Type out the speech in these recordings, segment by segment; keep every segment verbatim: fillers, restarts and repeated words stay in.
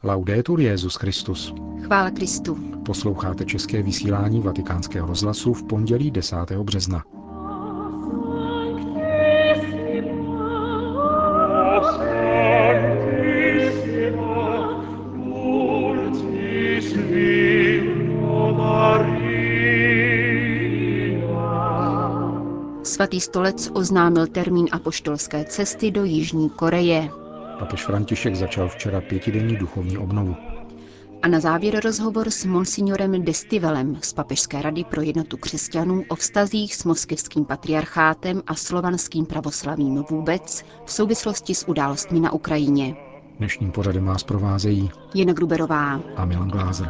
Laudetur Jesus Christus. Chvála Kristu. Posloucháte české vysílání Vatikánského rozhlasu v pondělí desátého března. Svatý stolec oznámil termín apoštolské cesty do Jižní Koreje. Papež František začal včera pětidenní duchovní obnovu. A na závěr rozhovor s monsignorem Destivelem z Papežské rady pro jednotu křesťanů o vztazích s moskevským patriarchátem a slovanským pravoslavím vůbec v souvislosti s událostmi na Ukrajině. Dnešním pořadem vás provázejí Jana Gruberová a Milan Glázer.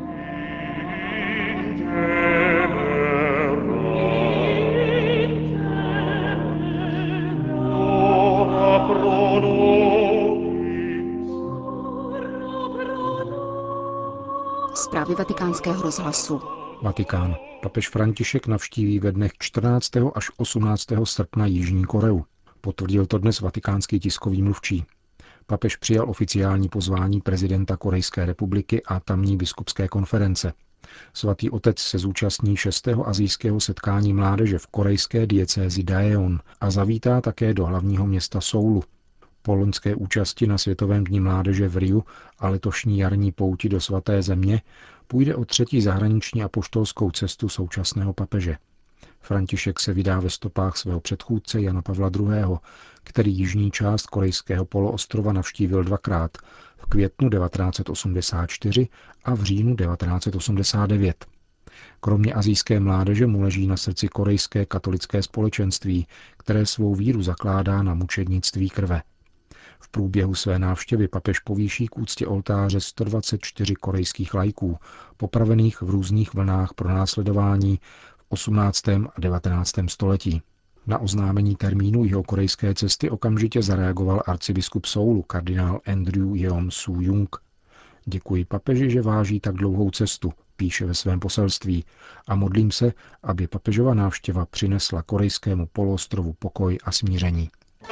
Zprávy Vatikánského rozhlasu. Vatikán. Papež František navštíví ve dnech čtrnáctého až osmnáctého srpna Jižní Koreu. Potvrdil to dnes vatikánský tiskový mluvčí. Papež přijal oficiální pozvání prezidenta Korejské republiky a tamní biskupské konference. Svatý otec se zúčastní šestého asijského setkání mládeže v korejské diecézi Daejeon a zavítá také do hlavního města Soulu. Po loňské účasti na Světovém dni mládeže v Riu a letošní jarní pouti do svaté země půjde o třetí zahraniční apoštolskou cestu současného papeže. František se vydá ve stopách svého předchůdce Jana Pavla druhého., který jižní část korejského poloostrova navštívil dvakrát, v květnu devatenáct set osmdesát čtyři a v říjnu devatenáct set osmdesát devět. Kromě asijské mládeže mu leží na srdci korejské katolické společenství, které svou víru zakládá na mučednictví krve. V průběhu své návštěvy papež povýší k úctě oltáře sto dvacet čtyři korejských laiků, popravených v různých vlnách pronásledování v osmnáctém a devatenáctém století. Na oznámení termínu jeho korejské cesty okamžitě zareagoval arcibiskup Soulu kardinál Andrew Jeom Soo-jung. Děkuji papeži, že váží tak dlouhou cestu, píše ve svém poselství, a modlím se, aby papežova návštěva přinesla korejskému poloostrovu pokoj a smíření.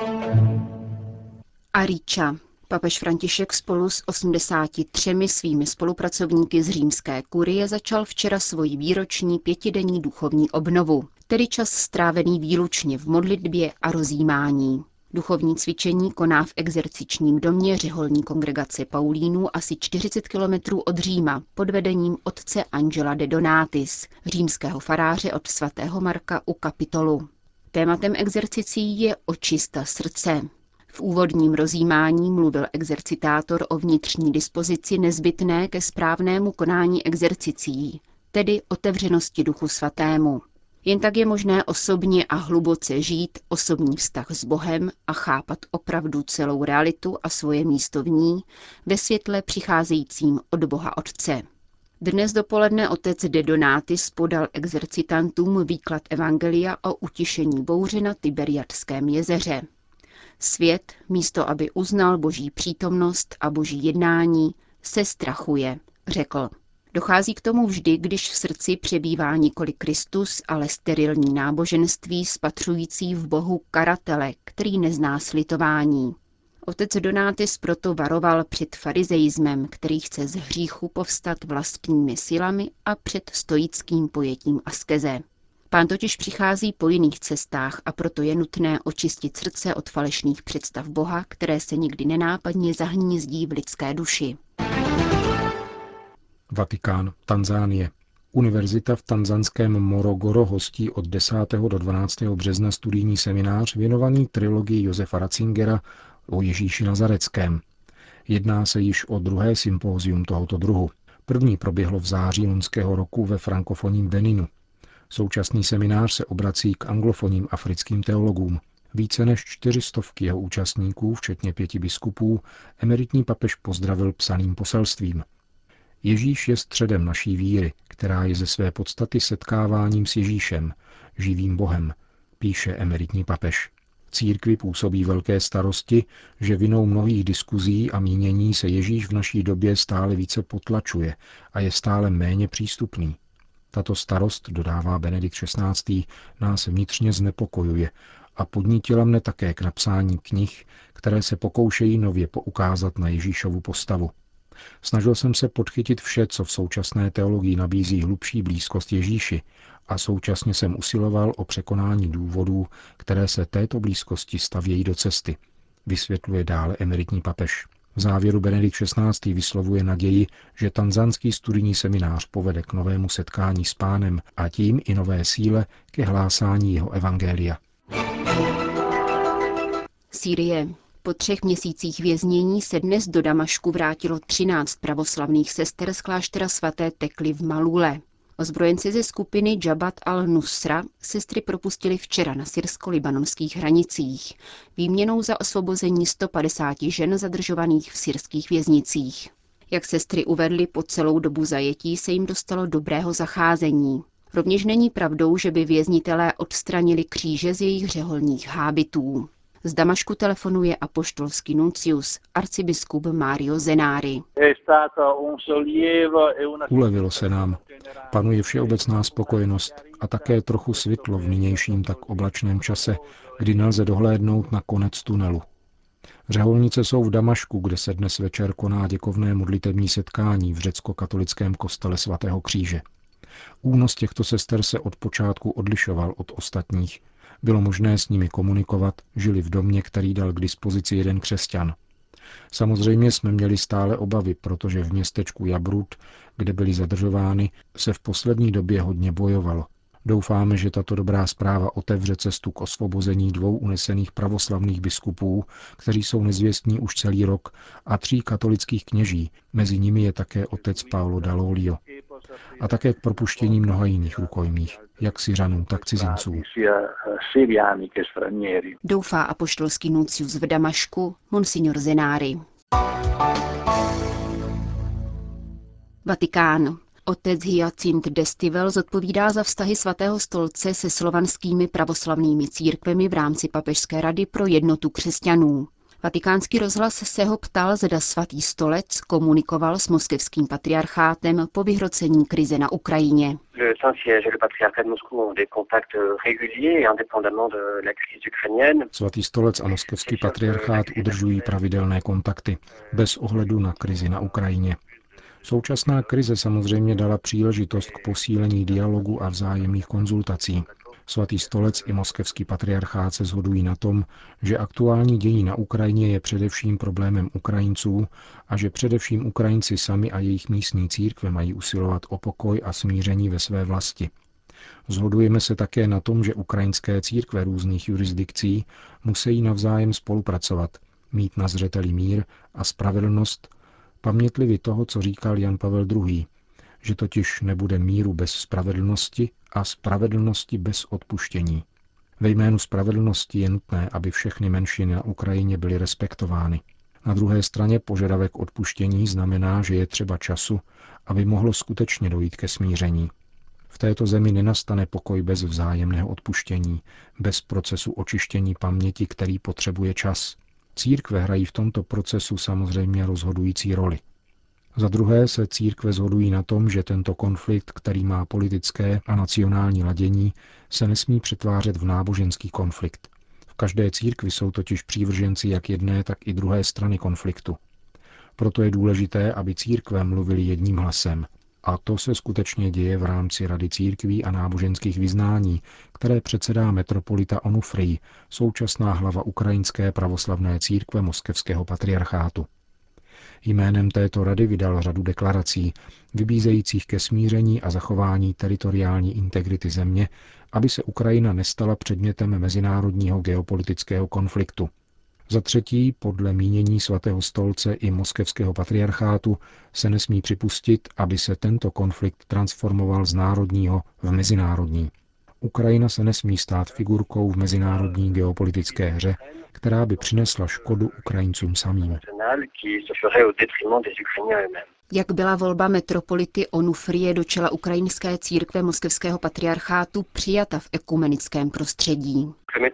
Ariča. Papež František spolu s osmdesáti třemi svými spolupracovníky z římské kurie začal včera svoji výroční pětidenní duchovní obnovu, tedy čas strávený výlučně v modlitbě a rozjímání. Duchovní cvičení koná v exercičním domě řeholní kongregace Paulínů asi čtyřicet kilometrů od Říma pod vedením otce Angela de Donatis, římského faráře od svatého Marka u Kapitolu. Tématem exercicí je očista srdce. V úvodním rozjímání mluvil exercitátor o vnitřní dispozici nezbytné ke správnému konání exercicí, tedy otevřenosti Duchu Svatému. Jen tak je možné osobně a hluboce žít osobní vztah s Bohem a chápat opravdu celou realitu a svoje místo v ní ve světle přicházejícím od Boha Otce. Dnes dopoledne otec de Donatis podal exercitantům výklad evangelia o utišení bouře na Tiberiadském jezeře. Svět, místo aby uznal Boží přítomnost a Boží jednání, se strachuje, řekl. Dochází k tomu vždy, když v srdci přebývá nikoli Kristus, ale sterilní náboženství spatřující v Bohu karatele, který nezná slitování. Otec Donatis proto varoval před farizeismem, který chce z hříchu povstat vlastními silami, a před stoickým pojetím askeze. Pán totiž přichází po jiných cestách a proto je nutné očistit srdce od falešných představ Boha, které se nikdy nenápadně zahnízdí v lidské duši. Vatikán, Tanzánie. Univerzita v tanzanském Morogoro hostí od desátého do dvanáctého března studijní seminář věnovaný trilogii Josefa Ratzingera o Ježíši Nazareckém. Jedná se již o druhé sympózium tohoto druhu. První proběhlo v září loňského roku ve frankofonním Beninu. Současný seminář se obrací k anglofonním africkým teologům. Více než čtyři stovky jeho účastníků, včetně pěti biskupů, emeritní papež pozdravil psaným poselstvím. Ježíš je středem naší víry, která je ze své podstaty setkáváním s Ježíšem, živým Bohem, píše emeritní papež. Církvi působí velké starosti, že vinou mnohých diskuzí a mínění se Ježíš v naší době stále více potlačuje a je stále méně přístupný. Tato starost, dodává Benedikt šestnáctý, nás vnitřně znepokojuje a podnítila mne také k napsání knih, které se pokoušejí nově poukázat na Ježíšovu postavu. Snažil jsem se podchytit vše, co v současné teologii nabízí hlubší blízkost Ježíši, a současně jsem usiloval o překonání důvodů, které se této blízkosti stavějí do cesty, vysvětluje dále emeritní papež. V závěru Benedikt šestnáctý vyslovuje naději, že tanzanský studijní seminář povede k novému setkání s Pánem a tím i nové síle ke hlásání jeho evangelia. Sýrie. Po třech měsících věznění se dnes do Damašku vrátilo třináct pravoslavných sester z kláštera svaté Tekly v Malule. Ozbrojenci ze skupiny Jabhat al-Nusra sestry propustili včera na syrsko-libanonských hranicích, výměnou za osvobození sto padesáti žen zadržovaných v syrských věznicích. Jak sestry uvedly, po celou dobu zajetí se jim dostalo dobrého zacházení. Rovněž není pravdou, že by věznitelé odstranili kříže z jejich řeholních hábitů. Z Damašku telefonuje apoštolský nuncius, arcibiskup Mario Zenari. Ulevilo se nám. Panuje všeobecná spokojenost a také trochu světlo v nynějším tak oblačném čase, kdy nelze dohlédnout na konec tunelu. Řeholnice jsou v Damašku, kde se dnes večer koná děkovné modlitební setkání v řecko-katolickém kostele svatého kříže. Únos těchto sester se od počátku odlišoval od ostatních. Bylo možné s nimi komunikovat, žili v domě, který dal k dispozici jeden křesťan. Samozřejmě jsme měli stále obavy, protože v městečku Jabrut, kde byly zadržovány, se v poslední době hodně bojovalo. Doufáme, že tato dobrá zpráva otevře cestu k osvobození dvou unesených pravoslavných biskupů, kteří jsou nezvěstní už celý rok, a tří katolických kněží, mezi nimi je také otec Paolo Dall'Olio. A také k propuštění mnoha jiných rukojmích, jak Syřanů, tak cizinců. Doufá apoštolský nuncius v Damašku, monsignor Zenari. Vatikán. Otec Hyacint Destivel zodpovídá za vztahy svatého stolce se slovanskými pravoslavnými církvemi v rámci Papežské rady pro jednotu křesťanů. Vatikánský rozhlas se ho ptal, zda svatý stolec komunikoval s moskevským patriarchátem po vyhrocení krize na Ukrajině. Svatý stolec a moskevský patriarchát udržují pravidelné kontakty, bez ohledu na krizi na Ukrajině. Současná krize samozřejmě dala příležitost k posílení dialogu a vzájemných konzultací. Svatý stolec i moskevský patriarchát se shodují na tom, že aktuální dění na Ukrajině je především problémem Ukrajinců a že především Ukrajinci sami a jejich místní církve mají usilovat o pokoj a smíření ve své vlasti. Shodujeme se také na tom, že ukrajinské církve různých jurisdikcí musí navzájem spolupracovat, mít na zřeteli mír a spravedlnost, pamětlivi toho, co říkal Jan Pavel druhý., že totiž nebude míru bez spravedlnosti a spravedlnosti bez odpuštění. Ve jménu spravedlnosti je nutné, aby všechny menšiny na Ukrajině byly respektovány. Na druhé straně požadavek odpuštění znamená, že je třeba času, aby mohlo skutečně dojít ke smíření. V této zemi nenastane pokoj bez vzájemného odpuštění, bez procesu očištění paměti, který potřebuje čas. Církve hrají v tomto procesu samozřejmě rozhodující roli. Za druhé se církve shodují na tom, že tento konflikt, který má politické a nacionální ladění, se nesmí přetvářet v náboženský konflikt. V každé církvi jsou totiž přívrženci jak jedné, tak i druhé strany konfliktu. Proto je důležité, aby církve mluvily jedním hlasem. A to se skutečně děje v rámci Rady církví a náboženských vyznání, které předsedá metropolita Onufrij, současná hlava ukrajinské pravoslavné církve moskevského patriarchátu. Jménem této rady vydal řadu deklarací, vybízejících ke smíření a zachování teritoriální integrity země, aby se Ukrajina nestala předmětem mezinárodního geopolitického konfliktu. Za třetí, podle mínění svatého stolce i moskevského patriarchátu se nesmí připustit, aby se tento konflikt transformoval z národního v mezinárodní. Ukrajina se nesmí stát figurkou v mezinárodní geopolitické hře, která by přinesla škodu Ukrajincům samým. Jak byla volba metropolity Onufrie do čela ukrajinské církve moskevského patriarchátu přijata v ekumenickém prostředí?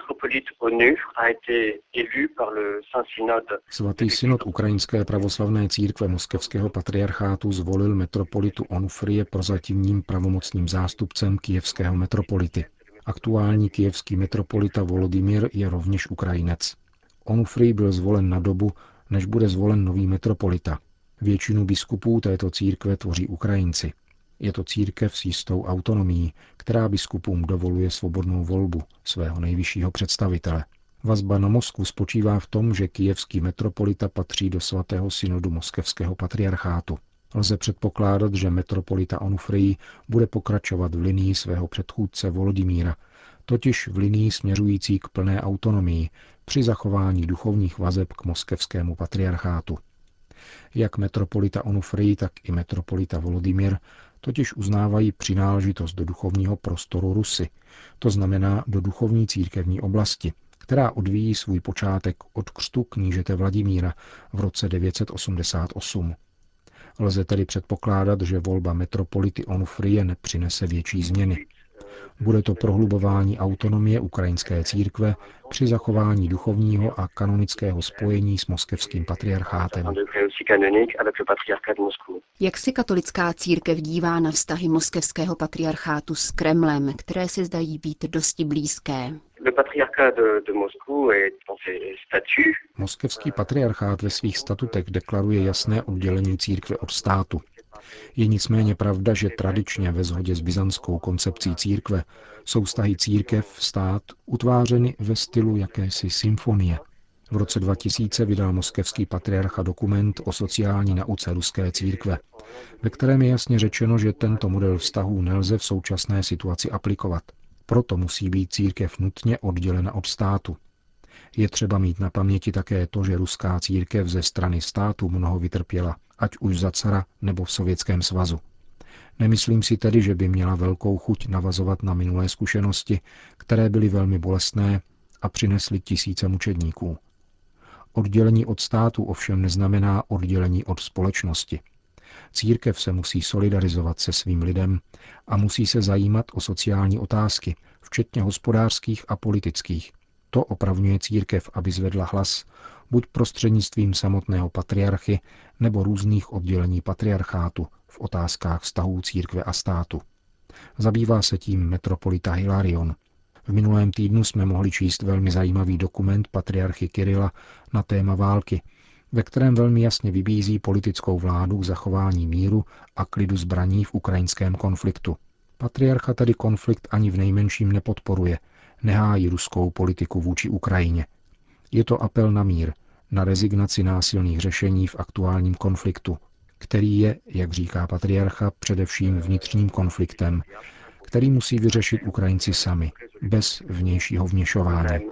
Svatý synod ukrajinské pravoslavné církve moskevského patriarchátu zvolil metropolitu Onufrie prozatímním pravomocným zástupcem kyjevského metropolity. Aktuální kyjevský metropolita Volodymyr je rovněž Ukrajinec. Onufrij byl zvolen na dobu, než bude zvolen nový metropolita. Většinu biskupů této církve tvoří Ukrajinci. Je to církev s jistou autonomií, která biskupům dovoluje svobodnou volbu svého nejvyššího představitele. Vazba na Moskvu spočívá v tom, že kyjevský metropolita patří do svatého synodu moskevského patriarchátu. Lze předpokládat, že metropolita Onufrij bude pokračovat v linii svého předchůdce Volodymýra, totiž v linii směřující k plné autonomii při zachování duchovních vazeb k moskevskému patriarchátu. Jak metropolita Onufrij, tak i metropolita Volodymyr totiž uznávají přináležitost do duchovního prostoru Rusy, to znamená do duchovní církevní oblasti, která odvíjí svůj počátek od křtu knížete Vladimíra v roce devět set osmdesát osm. Lze tedy předpokládat, že volba metropolity Onufrije nepřinese větší změny. Bude to prohlubování autonomie ukrajinské církve při zachování duchovního a kanonického spojení s moskevským patriarchátem. Jak se katolická církev dívá na vztahy moskevského patriarchátu s Kremlem, které se zdají být dosti blízké? Moskevský patriarchát ve svých statutech deklaruje jasné oddělení církve od státu. Je nicméně pravda, že tradičně ve shodě s byzantskou koncepcí církve jsou vztahy církev-stát utvářeny ve stylu jakési symfonie. V roce dva tisíce vydal moskevský patriarcha dokument o sociální nauce ruské církve, ve kterém je jasně řečeno, že tento model vztahů nelze v současné situaci aplikovat. Proto musí být církev nutně oddělena od státu. Je třeba mít na paměti také to, že ruská církev ze strany státu mnoho vytrpěla, ať už za cara nebo v Sovětském svazu. Nemyslím si tedy, že by měla velkou chuť navazovat na minulé zkušenosti, které byly velmi bolestné a přinesly tisíce mučedníků. Oddělení od státu ovšem neznamená oddělení od společnosti. Církev se musí solidarizovat se svým lidem a musí se zajímat o sociální otázky, včetně hospodářských a politických. To opravňuje církev, aby zvedla hlas, buď prostřednictvím samotného patriarchy nebo různých oddělení patriarchátu v otázkách vztahů církve a státu. Zabývá se tím metropolita Hilarion. V minulém týdnu jsme mohli číst velmi zajímavý dokument patriarchy Kirila na téma války, ve kterém velmi jasně vybízí politickou vládu k zachování míru a klidu zbraní v ukrajinském konfliktu. Patriarcha tedy konflikt ani v nejmenším nepodporuje, nehájí ruskou politiku vůči Ukrajině. Je to apel na mír, na rezignaci násilných řešení v aktuálním konfliktu, který je, jak říká patriarcha, především vnitřním konfliktem, který musí vyřešit Ukrajinci sami, bez vnějšího vměšování.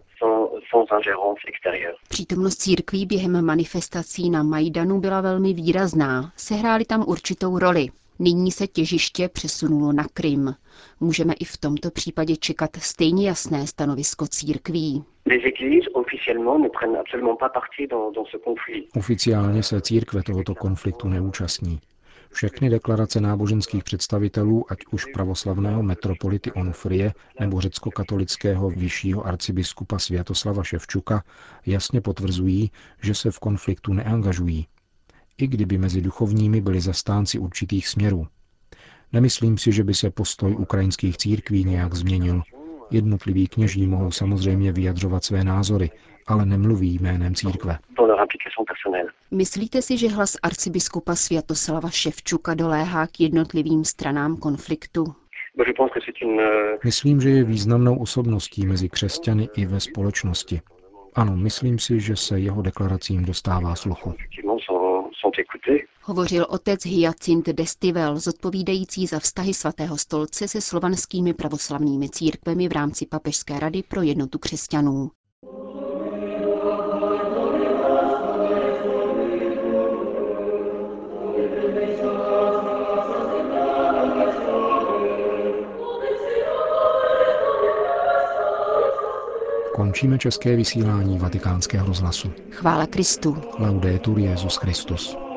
Přítomnost církví během manifestací na Majdanu byla velmi výrazná, sehrály tam určitou roli. Nyní se těžiště přesunulo na Krym. Můžeme i v tomto případě čekat stejně jasné stanovisko církví. Oficiálně se církve tohoto konfliktu neúčastní. Všechny deklarace náboženských představitelů, ať už pravoslavného metropolity Onufrije nebo řecko-katolického vyššího arcibiskupa Sviatoslava Ševčuka, jasně potvrzují, že se v konfliktu neangažují, i kdyby mezi duchovními byli zastánci určitých směrů. Nemyslím si, že by se postoj ukrajinských církví nějak změnil. Jednotliví kněží mohou samozřejmě vyjadřovat své názory, ale nemluví jménem církve. Myslíte si, že hlas arcibiskupa Sviatoslava Ševčuka doléhá k jednotlivým stranám konfliktu? Myslím, že je významnou osobností mezi křesťany i ve společnosti. Ano, myslím si, že se jeho deklaracím dostává sluchu. Hovořil otec Hyacint Destivel, zodpovídající za vztahy Svatého stolce se slovanskými pravoslavnými církvemi v rámci Papežské rady pro jednotu křesťanů. Končíme české vysílání Vatikánského rozhlasu. Chvála Kristu. Laudetur Jesus Christus.